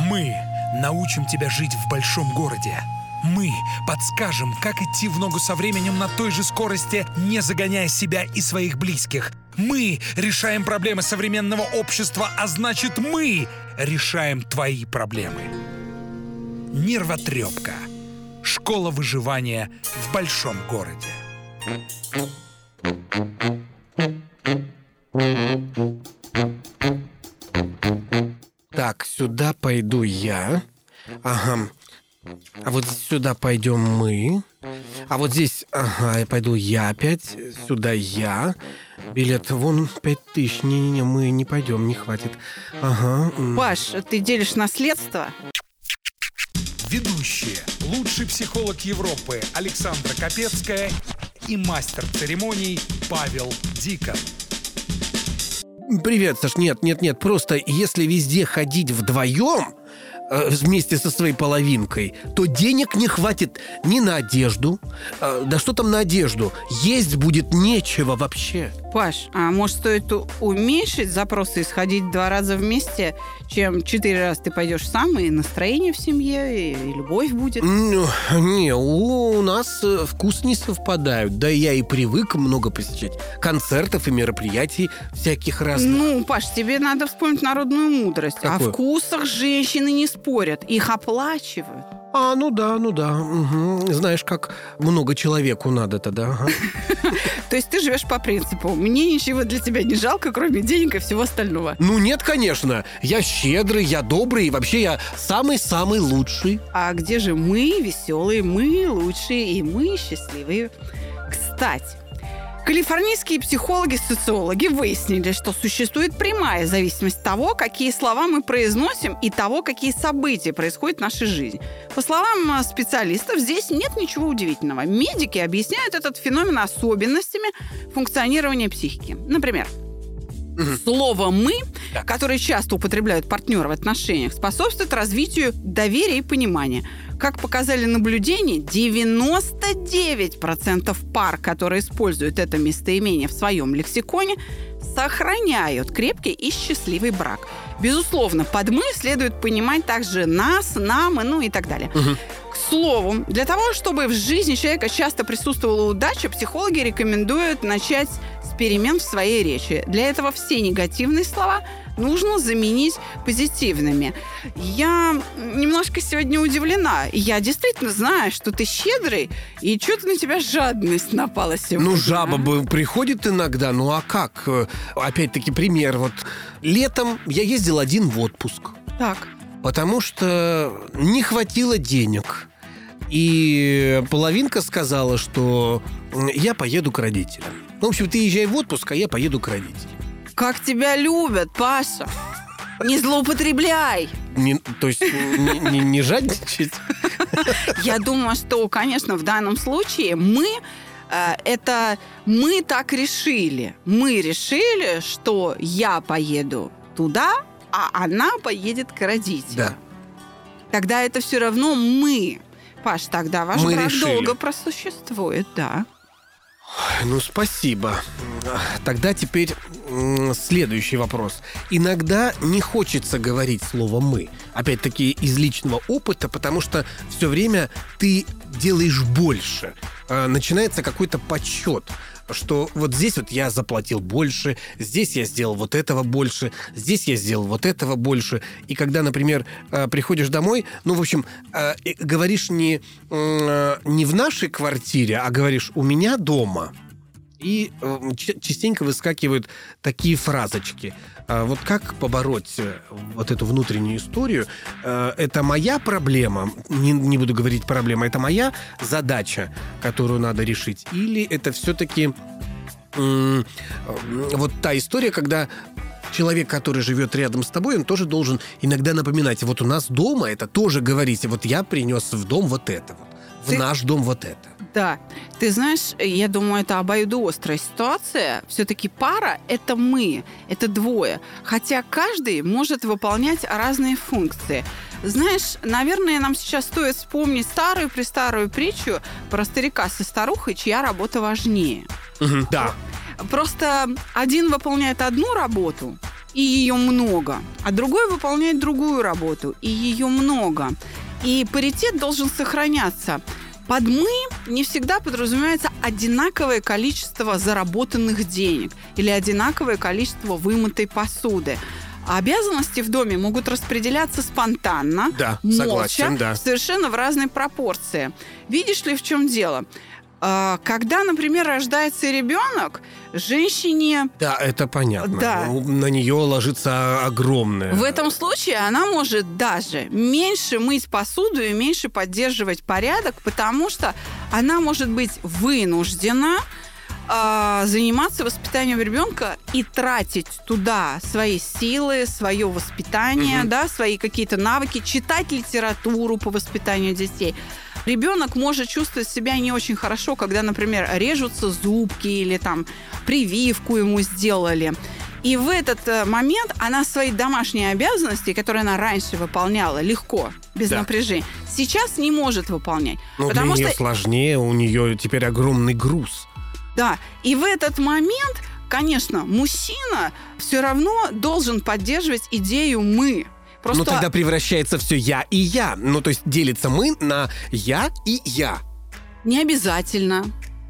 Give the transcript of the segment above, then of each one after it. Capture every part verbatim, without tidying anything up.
Мы научим тебя жить в большом городе. Мы подскажем, как идти в ногу со временем на той же скорости, не загоняя себя и своих близких. Мы решаем проблемы современного общества, а значит, мы решаем твои проблемы. Нервотрепка. Школа выживания в большом городе. Так, сюда пойду я. Ага. А вот сюда пойдем мы. А вот здесь, ага, я пойду я опять. Сюда я. Билет вон пять тысяч. Не-не-не, мы не пойдем, не хватит. Ага. Паш, ты делишь наследство? Ведущие. Лучший психолог Европы Александра Капецкая и мастер церемоний Павел Дикон. Привет, Саш. Нет, нет, нет. Просто если везде ходить вдвоем э, вместе со своей половинкой, то денег не хватит ни на одежду. Э, да что там на одежду? Есть будет нечего вообще. Паш, а может, стоит уменьшить запросы и сходить два раза вместе, чем четыре раза ты пойдешь сам, и настроение в семье, и, и любовь будет? Ну, не, у нас вкус не совпадают. Да я и привык много посещать концертов и мероприятий всяких разных. Ну, Паш, тебе надо вспомнить народную мудрость. Какую? О вкусах женщины не спорят, их оплачивают. А, ну да, ну да. Угу. Знаешь, как много человеку надо-то, да? Ага. То есть ты живешь по принципу: мне ничего для тебя не жалко, кроме денег и всего остального. Ну нет, конечно. Я щедрый, я добрый, и вообще я самый-самый лучший. А где же мы веселые, мы лучшие и мы счастливые? Кстати, калифорнийские психологи-социологи выяснили, что существует прямая зависимость от того, какие слова мы произносим, и того, какие события происходят в нашей жизни. По словам специалистов, здесь нет ничего удивительного. Медики объясняют этот феномен особенностями функционирования психики. Например, слово «мы», которое часто употребляют партнеры в отношениях, способствует развитию доверия и понимания. Как показали наблюдения, девяносто девять процентов пар, которые используют это местоимение в своем лексиконе, сохраняют крепкий и счастливый брак. Безусловно, под «мы» следует понимать также нас, нам, и ну и так далее. Угу. К слову, для того, чтобы в жизни человека часто присутствовала удача, психологи рекомендуют начать с перемен в своей речи. Для этого все негативные слова нужно заменить позитивными. Я немножко сегодня удивлена. Я действительно знаю, что ты щедрый, и что-то на тебя жадность напала сегодня. Ну, жаба бы приходит иногда, ну а как? Опять-таки пример. Вот летом я ездил один в отпуск. Так. Потому что не хватило денег. И половинка сказала, что я поеду к родителям. Ну, в общем, ты езжай в отпуск, а я поеду к родителям. Как тебя любят, Паша. Не злоупотребляй. Не, то есть не, не, не жадничать? Я думаю, что, конечно, в данном случае мы э, это мы так решили. Мы решили, что я поеду туда, а она поедет к родителям. Да. Тогда это все равно мы. Паш, тогда ваш мы брак решили. долго просуществует, да. Ну, спасибо. Тогда теперь следующий вопрос. Иногда не хочется говорить слово «мы». Опять-таки из личного опыта, потому что все время ты делаешь больше. Начинается какой-то подсчет, что вот здесь вот я заплатил больше, здесь я сделал вот этого больше, здесь я сделал вот этого больше. И когда, например, приходишь домой, ну, в общем, говоришь не, не в нашей квартире, а говоришь «у меня дома». И частенько выскакивают такие фразочки. Вот как побороть вот эту внутреннюю историю? Это моя проблема, не, не буду говорить проблема, это моя задача, которую надо решить? Или это все-таки м- вот та история, когда человек, который живет рядом с тобой, он тоже должен иногда напоминать: вот у нас дома это тоже говорите, вот я принес в дом вот это вот, в Ты... наш дом вот это. Да. Ты знаешь, я думаю, это обоюдоострая ситуация. Все-таки пара – это мы, это двое. Хотя каждый может выполнять разные функции. Знаешь, наверное, нам сейчас стоит вспомнить старую-престарую притчу про старика со старухой, чья работа важнее. Угу, да. Просто один выполняет одну работу, и ее много, а другой выполняет другую работу, и ее много. И паритет должен сохраняться. Под «мы» не всегда подразумевается одинаковое количество заработанных денег или одинаковое количество вымытой посуды. А обязанности в доме могут распределяться спонтанно, Да, молча, согласен, да. совершенно в разной пропорции. Видишь ли, в чем дело? А, Когда, например, рождается ребенок, женщине... Да, это понятно. Да. На нее ложится огромное. В этом случае она может даже меньше мыть посуду и меньше поддерживать порядок, потому что она может быть вынуждена э, заниматься воспитанием ребенка и тратить туда свои силы, свое воспитание, Мгм. да, свои какие-то навыки, читать литературу по воспитанию детей. Ребенок может чувствовать себя не очень хорошо, когда, например, режутся зубки или там прививку ему сделали. И в этот э, момент она свои домашние обязанности, которые она раньше выполняла легко, без Да. напряжения, сейчас не может выполнять. Но потому для нее что, сложнее, у нее теперь огромный груз. да, и в этот момент, конечно, мужчина все равно должен поддерживать идею «мы». Просто Ну тогда превращается все я и я. Ну то есть делится мы на я и я. не обязательно.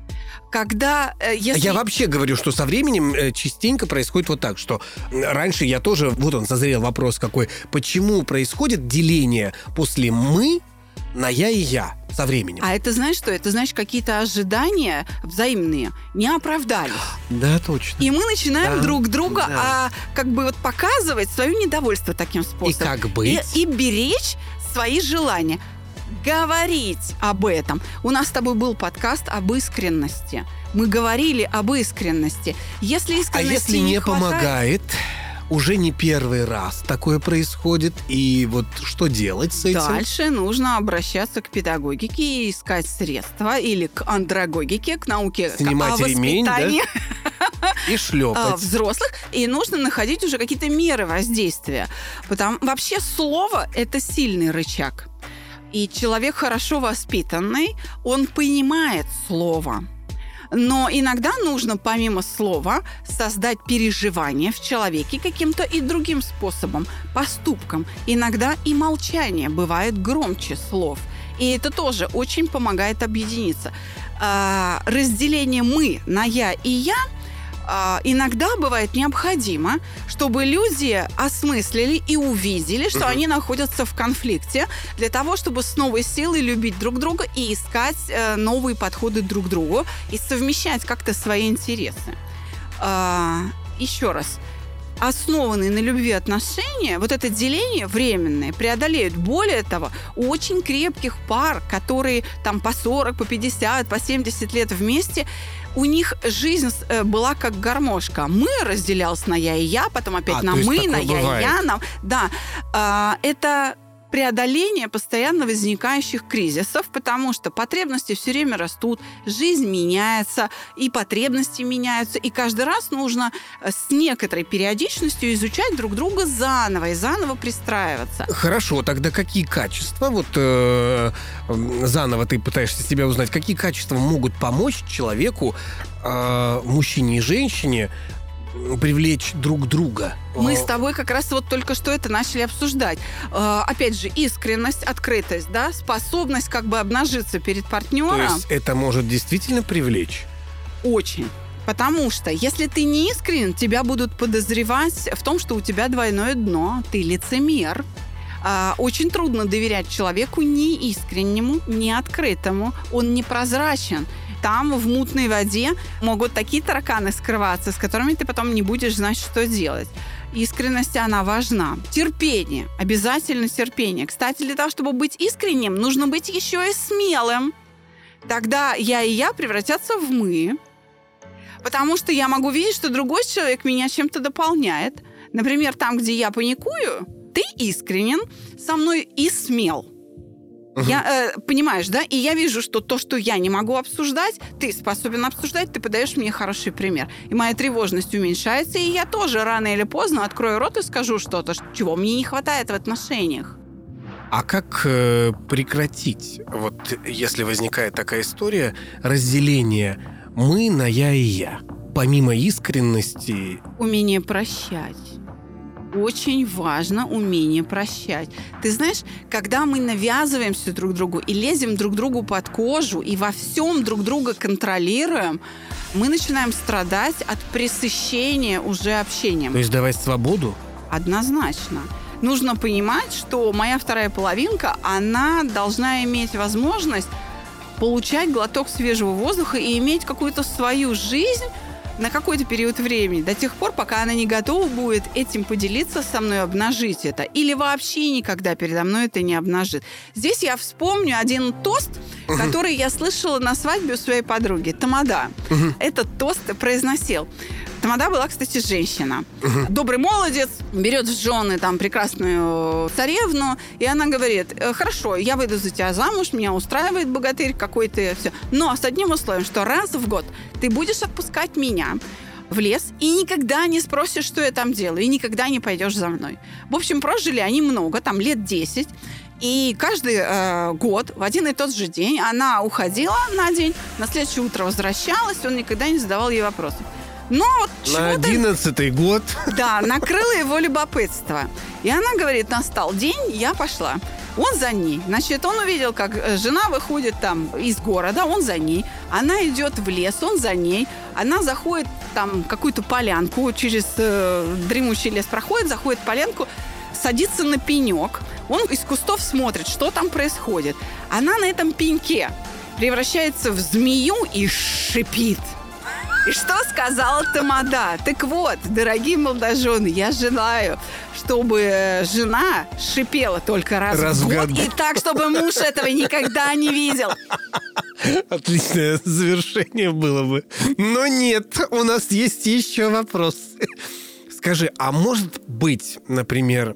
Когда, э, если... Я вообще говорю, что со временем э, частенько происходит вот так, что м, раньше я тоже, вот он созрел вопрос какой, почему происходит деление после мы на я и я со временем? А это знаешь что? Это значит, какие-то ожидания взаимные не оправдались. Да, точно. И мы начинаем Да, друг друга да. а, как бы вот показывать свое недовольство таким И способом. как быть? И, и беречь свои желания. Говорить об этом. У нас с тобой был подкаст об искренности. Мы говорили об искренности. Если А искренности если не хватает- помогает, уже не первый раз такое происходит, и вот что делать с этим? Дальше нужно обращаться к педагогике и искать средства или к андрогогике, к науке Снимать о ремень, да? воспитании И а, шлепать. взрослых. И нужно находить уже какие-то меры воздействия. Потому вообще слово – это сильный рычаг. И человек хорошо воспитанный, он понимает слово. Но иногда нужно помимо слова создать переживание в человеке каким-то и другим способом, поступком. Иногда и молчание бывает громче слов. И это тоже очень помогает объединиться. А, разделение «мы» на «я» и «я» а, иногда бывает необходимо, чтобы люди осмыслили и увидели, что Мгм. они находятся в конфликте, для того, чтобы с новой силой любить друг друга и искать э, новые подходы друг к другу и совмещать как-то свои интересы. А, еще раз. Основанные на любви отношения, вот это деление временное преодолеют. Более того, у очень крепких пар, которые там по сорок, по пятьдесят, по семьдесят лет вместе, у них жизнь э, была как гармошка. Мы разделялась на я и я, потом опять А, на то есть мы, такое на я бывает. и я. На... Да, А, это преодоление постоянно возникающих кризисов, потому что потребности все время растут, жизнь меняется, и потребности меняются, и каждый раз нужно с некоторой периодичностью изучать друг друга заново и заново пристраиваться. Хорошо, тогда какие качества, вот э, м, заново ты пытаешься себя узнать, какие качества могут помочь человеку, э, мужчине и женщине, м, привлечь друг друга? Мы Э, с тобой как раз вот только что это начали обсуждать. Э, опять же, искренность, открытость, да, способность как бы обнажиться перед То партнером. есть это может действительно привлечь? Очень. Потому что если ты не искренен, тебя будут подозревать в том, что у тебя двойное дно, ты лицемер. А, очень трудно доверять человеку неискреннему, неоткрытому. Он непрозрачен. Там, в мутной воде, могут такие тараканы скрываться, с которыми ты потом не будешь знать, что делать. Искренность, она важна. Терпение. Обязательно терпение. Кстати, для того, чтобы быть искренним, нужно быть еще и смелым. Тогда я и я превратятся в мы. Потому что я могу видеть, что другой человек меня чем-то дополняет. Например, там, где я паникую, ты искренен со мной и смел. Мгм. Я, э, понимаешь, да? И я вижу, что то, что я не могу обсуждать, ты способен обсуждать, ты подаешь мне хороший пример. И моя тревожность уменьшается, и я тоже рано или поздно открою рот и скажу что-то, чего мне не хватает в отношениях. А как э, прекратить, вот если возникает такая история, разделение мы на я и я? Помимо искренности, Умение прощать. Очень важно умение прощать. Ты знаешь, когда мы навязываемся друг другу и лезем друг другу под кожу, и во всем друг друга контролируем, мы начинаем страдать от пресыщения уже общением. То есть давать свободу? Однозначно. Нужно понимать, что моя вторая половинка, она должна иметь возможность получать глоток свежего воздуха и иметь какую-то свою жизнь на какой-то период времени, до тех пор, пока она не готова будет этим поделиться со мной, обнажить это. Или вообще никогда передо мной это не обнажит. Здесь я вспомню один тост, uh-huh. который я слышала на свадьбе у своей подруги. Тамада. Uh-huh. Этот тост произносил. Тамада была, кстати, женщина. Uh-huh. Добрый молодец, берет в жены там прекрасную царевну, и она говорит: хорошо, я выйду за тебя замуж, меня устраивает богатырь какой-то, все. Но с одним условием, что раз в год ты будешь отпускать меня в лес и никогда не спросишь, что я там делаю, и никогда не пойдешь за мной. В общем, прожили они много, там лет десять, и каждый э, год в один и тот же день она уходила на день, на следующее утро возвращалась, он никогда не задавал ей вопросов. Но вот на одиннадцатый год. Да, накрыло его любопытство. И она говорит: настал день, я пошла. Он за ней. Значит, он увидел, как жена выходит там из города, он за ней. Она идет в лес, он за ней. Она заходит там какую-то полянку, через э, дремучий лес проходит, заходит в полянку, садится на пенек. Он из кустов смотрит, что там происходит. Она на этом пеньке превращается в змею и шипит. И что сказала Тамада? Так вот, дорогие молодожены, я желаю, чтобы жена шипела только раз, раз в год, и так, чтобы муж этого никогда не видел. Отличное завершение было бы. Но нет, у нас есть еще вопрос. Скажи, а может быть, например,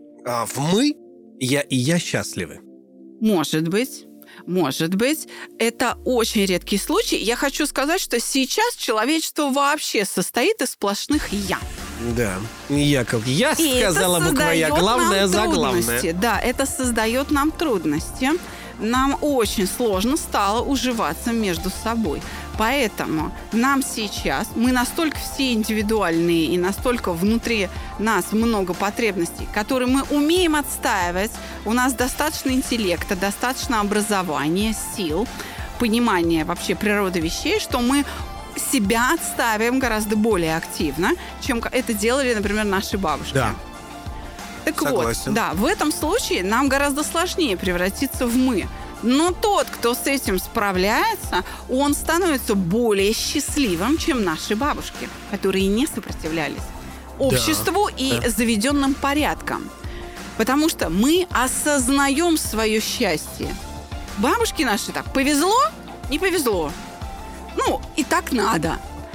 в «мы» я и я счастливы? Может быть. Может быть. Это очень редкий случай. Я хочу сказать, что сейчас человечество вообще состоит из сплошных «я». Да. Яков, я и сказала буква «я», главное заглавное. Да, это создает нам трудности. Нам очень сложно стало уживаться между собой. Поэтому нам сейчас, мы настолько все индивидуальные и настолько внутри нас много потребностей, которые мы умеем отстаивать. У нас достаточно интеллекта, достаточно образования, сил, понимания вообще природы вещей, что мы себя отстаиваем гораздо более активно, чем это делали, например, наши бабушки. Да. Так Согласен. вот, да, в этом случае нам гораздо сложнее превратиться в «мы». Но тот, кто с этим справляется, он становится более счастливым, чем наши бабушки, которые не сопротивлялись обществу да, и да. заведенным порядкам. Потому что мы осознаем свое счастье. Бабушки наши так: повезло, не повезло. Ну, и так надо.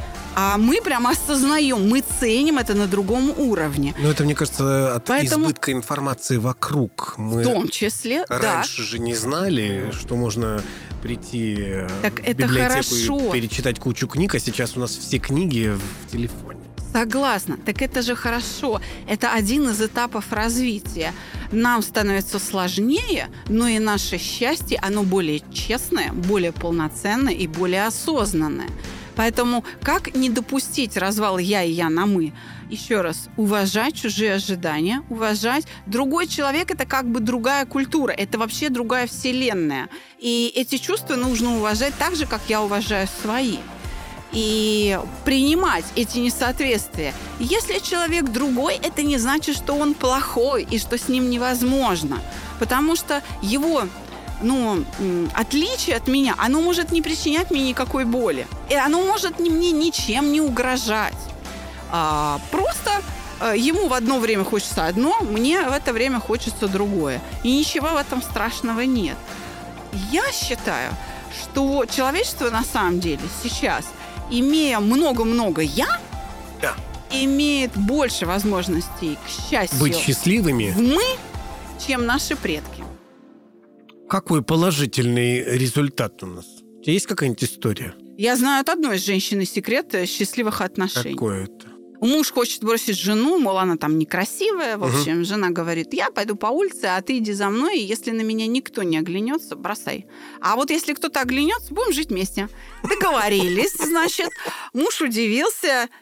А мы прямо осознаем, мы ценим это на другом уровне. Но это, мне кажется, от Поэтому, избытка информации вокруг. Мы в том числе, раньше да. же не знали, что можно прийти так в это библиотеку хорошо. и перечитать кучу книг, а сейчас у нас все книги в телефоне. Согласна. Так это же хорошо. Это один из этапов развития. Нам становится сложнее, но и наше счастье, оно более честное, более полноценное и более осознанное. Поэтому как не допустить развала «я» и «я» на «мы»? Еще раз, уважать чужие ожидания, уважать. Другой человек – это как бы другая культура, это вообще другая вселенная. И эти чувства нужно уважать так же, как я уважаю свои. И принимать эти несоответствия. Если человек другой, это не значит, что он плохой и что с ним невозможно. Потому что его... Ну, отличие от меня, оно может не причинять мне никакой боли. И оно может мне ничем не угрожать. А, просто а, ему в одно время хочется одно, мне в это время хочется другое. И ничего в этом страшного нет. Я считаю, что человечество на самом деле сейчас, имея много-много «я», да. имеет больше возможностей к счастью быть счастливыми в «мы», чем наши предки. Какой положительный результат у нас? У тебя есть какая-нибудь история? Я знаю от одной женщины секрет счастливых отношений. Какой это? Муж хочет бросить жену, мол, она там некрасивая. В общем, угу. жена говорит: я пойду по улице, а ты иди за мной, и если на меня никто не оглянется, бросай. А вот если кто-то оглянется, будем жить вместе. Договорились, значит. Муж удивился.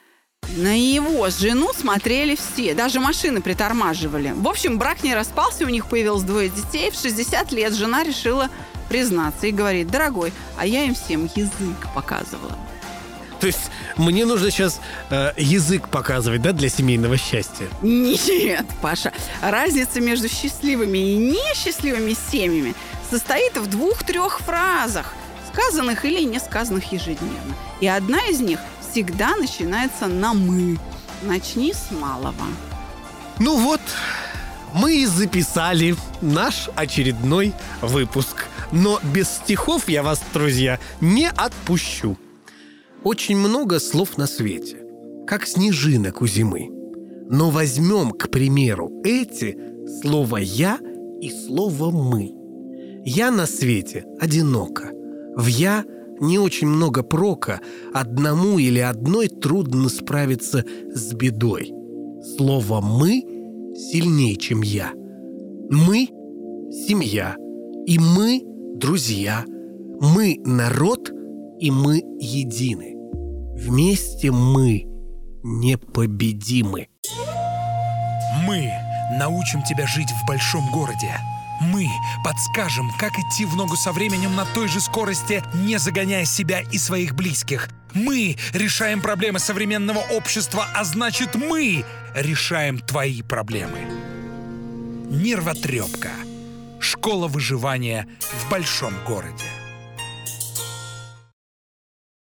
На его жену смотрели все, даже машины притормаживали. В общем, брак не распался, у них появилось двое детей. В шестьдесят лет жена решила признаться и говорит: дорогой, а я им всем язык показывала. То есть мне нужно сейчас э, язык показывать, да, для семейного счастья? Нет, Паша, разница между счастливыми и несчастливыми семьями состоит в двух-трех фразах, сказанных или не сказанных ежедневно. И одна из них всегда начинается на «мы». Начни с малого. Ну вот, мы и записали наш очередной выпуск. Но без стихов я вас, друзья, не отпущу. Очень много слов на свете, как снежинок у зимы. Но возьмем, к примеру, эти слово «я» и слово «мы». «Я» на свете одиноко. В «я» не очень много прока. Одному или одной трудно справиться с бедой. Слово «мы» сильнее, чем «я». Мы – семья, и мы – друзья. Мы – народ, и мы едины. Вместе мы непобедимы. Мы научим тебя жить в большом городе. Мы подскажем, как идти в ногу со временем на той же скорости, не загоняя себя и своих близких. Мы решаем проблемы современного общества, а значит, мы решаем твои проблемы. Нервотрепка. Школа выживания в большом городе.